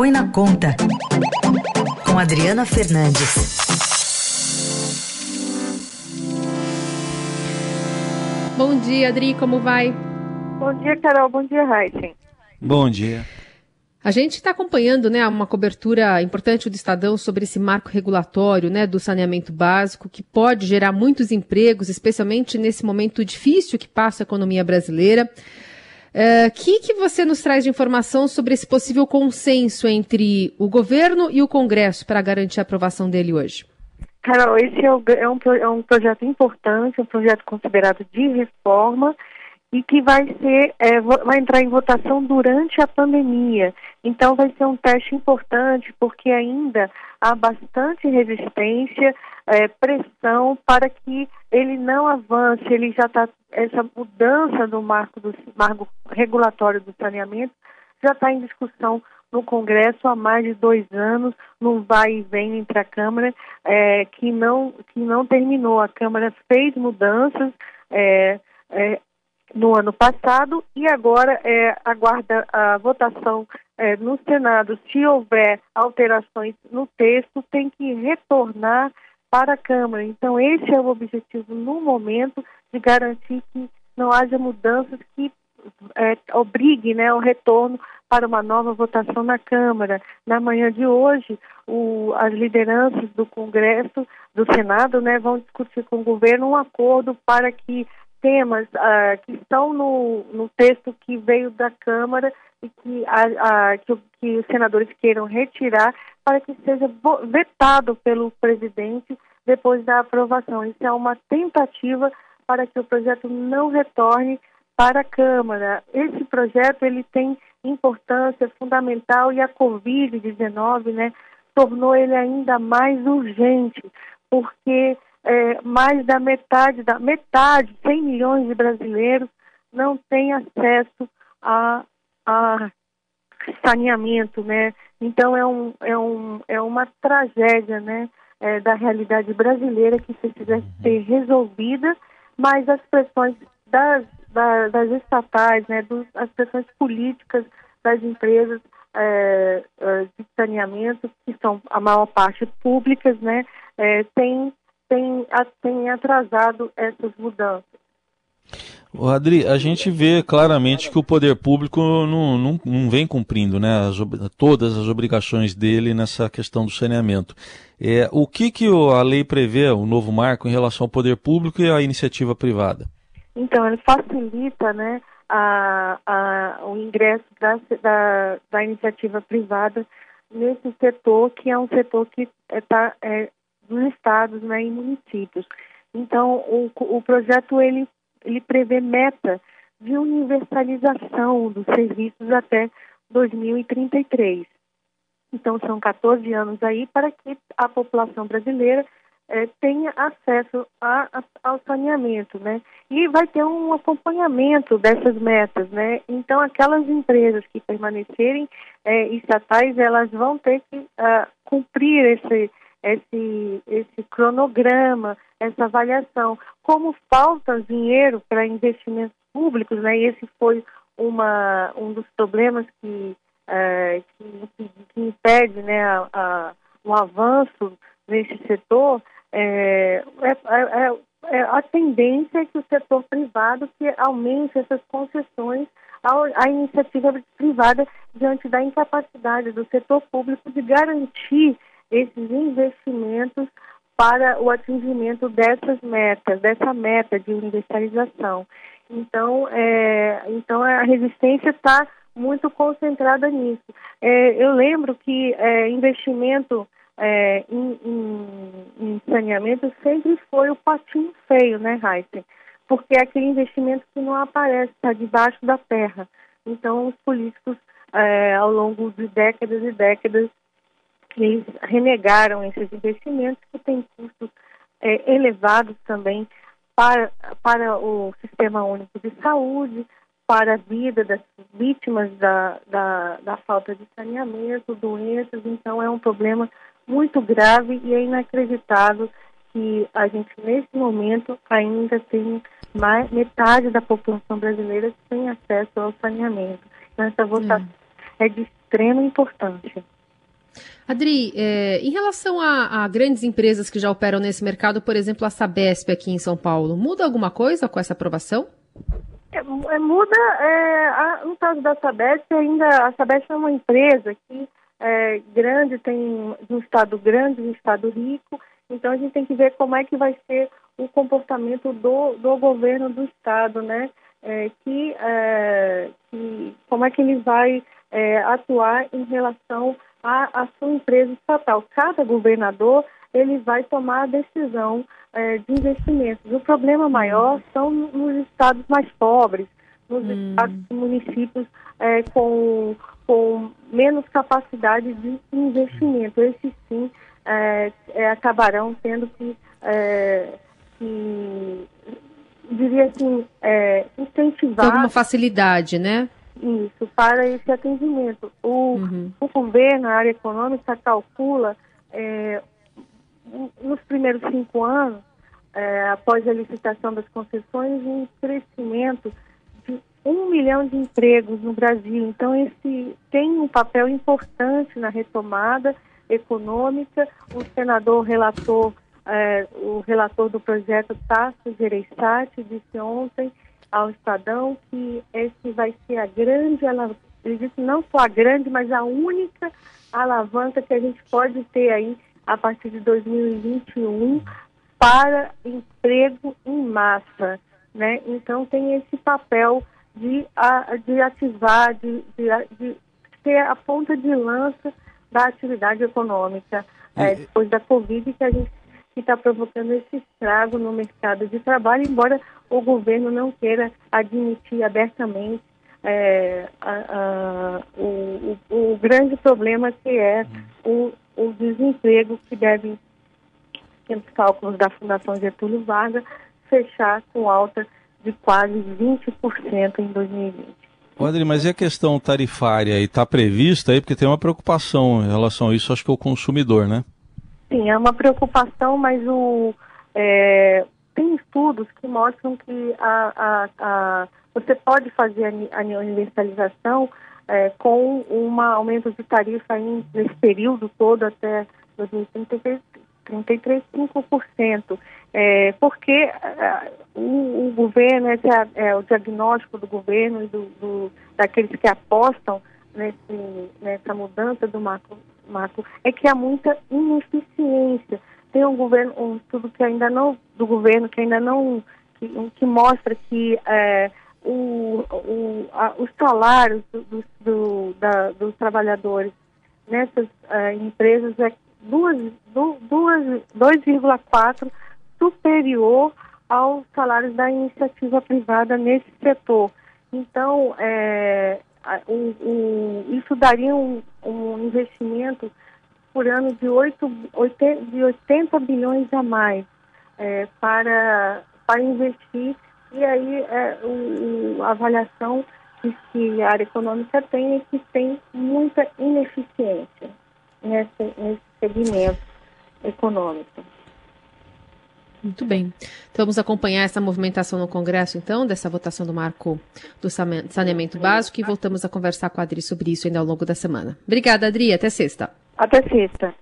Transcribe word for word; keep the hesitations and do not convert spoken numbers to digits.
Põe na Conta, com Adriana Fernandes. Bom dia, Adri, como vai? Bom dia, Carol. Bom dia, Raíssen. Bom dia. A gente está acompanhando, né, uma cobertura importante do Estadão sobre esse marco regulatório, né, do saneamento básico, que pode gerar muitos empregos, especialmente nesse momento difícil que passa a economia brasileira. O uh, que, que você nos traz de informação sobre esse possível consenso entre o governo e o Congresso para garantir a aprovação dele hoje? Carol, esse é, o, é, um, é um projeto importante, um projeto considerado de reforma e que vai ser, é, vai entrar em votação durante a pandemia. Então vai ser um teste importante porque ainda há bastante resistência, é, pressão para que ele não avance. Ele já está, essa mudança do marco, do marco regulatório do saneamento já está em discussão no Congresso há mais de dois anos, num vai e vem entre a Câmara, é, que, não, que não terminou. A Câmara fez mudanças é, é, no ano passado e agora é, aguarda a votação é, no Senado. Se houver alterações no texto, tem que retornar para a Câmara. Então, esse é o objetivo no momento, de garantir que não haja mudanças que é, obrigue, né, o retorno para uma nova votação na Câmara. Na manhã de hoje, o, as lideranças do Congresso, do Senado, né, vão discutir com o governo um acordo para que temas uh, que estão no, no texto que veio da Câmara e que, a, a, que, que os senadores queiram retirar para que seja vetado pelo presidente depois da aprovação. Isso é uma tentativa para que o projeto não retorne para a Câmara. Esse projeto ele tem importância fundamental e a covid dezenove, né, tornou ele ainda mais urgente, porque É, mais da metade, da metade, cem milhões de brasileiros não têm acesso a, a saneamento, né? Então é, um, é, um, é uma tragédia, né, é, da realidade brasileira que precisa ser resolvida, mas as pressões das, das, das estatais, né, dos, as pressões políticas das empresas é, de saneamento, que são a maior parte públicas, né, é, tem Tem, tem atrasado essas mudanças. O Adri, a gente vê claramente que o poder público não, não, não vem cumprindo, né, as, todas as obrigações dele nessa questão do saneamento. É, o que, que a lei prevê, o novo marco, em relação ao poder público e à iniciativa privada? Então, ele facilita, né, a, a, o ingresso da, da, da iniciativa privada nesse setor, que é um setor que está... É, dos estados, né, e municípios. Então, o, o projeto ele, ele prevê meta de universalização dos serviços até dois mil e trinta e três. Então, são quatorze anos aí para que a população brasileira eh, tenha acesso a, a, ao saneamento, né? E vai ter um acompanhamento dessas metas, né? Então, aquelas empresas que permanecerem eh, estatais, elas vão ter que uh, cumprir esse Esse, esse cronograma, essa avaliação. Como falta dinheiro para investimentos públicos, né, e esse foi uma, um dos problemas que, é, que, que impede, né, a, a, um avanço nesse setor, é, é, é, é a tendência é que o setor privado que aumente essas concessões à iniciativa privada diante da incapacidade do setor público de garantir esses investimentos para o atingimento dessas metas, dessa meta de universalização. Então, é, então a resistência está muito concentrada nisso. É, eu lembro que é, investimento é, em, em, em saneamento sempre foi o patinho feio, né, Raíssen? Porque é aquele investimento que não aparece, está debaixo da terra. Então, os políticos, é, ao longo de décadas e décadas, eles renegaram esses investimentos que têm custos é, elevados também para, para o Sistema Único de Saúde, para a vida das vítimas da, da, da falta de saneamento, doenças. Então é um problema muito grave e é inacreditável que a gente, nesse momento, ainda tem mais, metade da população brasileira sem acesso ao saneamento. Então essa votação hum. é de extrema importância. Adri, é, em relação a, a grandes empresas que já operam nesse mercado, por exemplo, a Sabesp aqui em São Paulo, muda alguma coisa com essa aprovação? É, é, muda, é, a, no caso da Sabesp, ainda a Sabesp é uma empresa que é grande, tem um estado grande, um estado rico, então a gente tem que ver como é que vai ser o comportamento do, do governo do estado, né? É, que, é, que, como é que ele vai é, atuar em relação à sua empresa estatal. Cada governador ele vai tomar a decisão é, de investimentos. O problema maior são nos estados mais pobres, nos hum. estados e municípios é, com, com menos capacidade de investimento. Esses sim é, é, acabarão tendo que, é, que diria assim, é, incentivar... Alguma facilidade, né? Isso, para esse atendimento. O, uhum. o governo, a área econômica, calcula é, nos primeiros cinco anos, é, após a licitação das concessões, um crescimento de um milhão de empregos no Brasil. Então, esse tem um papel importante na retomada econômica. O senador relator, é, o relator do projeto, Tasso Gereissati, disse ontem ao Estadão que esse vai ser a grande alavanca, ele disse não só a grande, mas a única alavanca que a gente pode ter aí a partir de dois mil e vinte e um para emprego em massa, né? Então tem esse papel de, de ativar, de, de, de ser a ponta de lança da atividade econômica é, depois da Covid, que a gente que está provocando esse estrago no mercado de trabalho, embora o governo não queira admitir abertamente é, a, a, o, o, o grande problema que é o, o desemprego, que deve, pelos cálculos da Fundação Getúlio Vargas, fechar com alta de quase vinte por cento em dois mil e vinte. Adri, mas e a questão tarifária? Está prevista aí? Porque tem uma preocupação em relação a isso, acho que é o consumidor, né? Sim, é uma preocupação, mas o, é, tem estudos que mostram que a, a, a, você pode fazer a, a universalização é, com um aumento de tarifa aí nesse período todo até dois mil e trinta e três, trinta e três vírgula cinco por cento. É, porque é, o, o governo, esse é, é o diagnóstico do governo e do, do, daqueles que apostam nesse, nessa mudança do marco, marco, é que há muita ineficiência. Tem um governo, um estudo que ainda não, do governo que ainda não, que, que mostra que é, o, o, a, os salários do, do, do, da, dos trabalhadores nessas é, empresas é dois vírgula quatro superior aos salários da iniciativa privada nesse setor. Então, é, o, o, isso daria um, um investimento por ano de, oito, oitenta, de oitenta bilhões a mais é, para, para investir. E aí é, o, a avaliação que a área econômica tem é que tem muita ineficiência nesse, nesse segmento econômico. Muito bem. Então, vamos acompanhar essa movimentação no Congresso, então, dessa votação do marco do saneamento básico, e voltamos a conversar com a Adri sobre isso ainda ao longo da semana. Obrigada, Adri. Até sexta. Até sexta.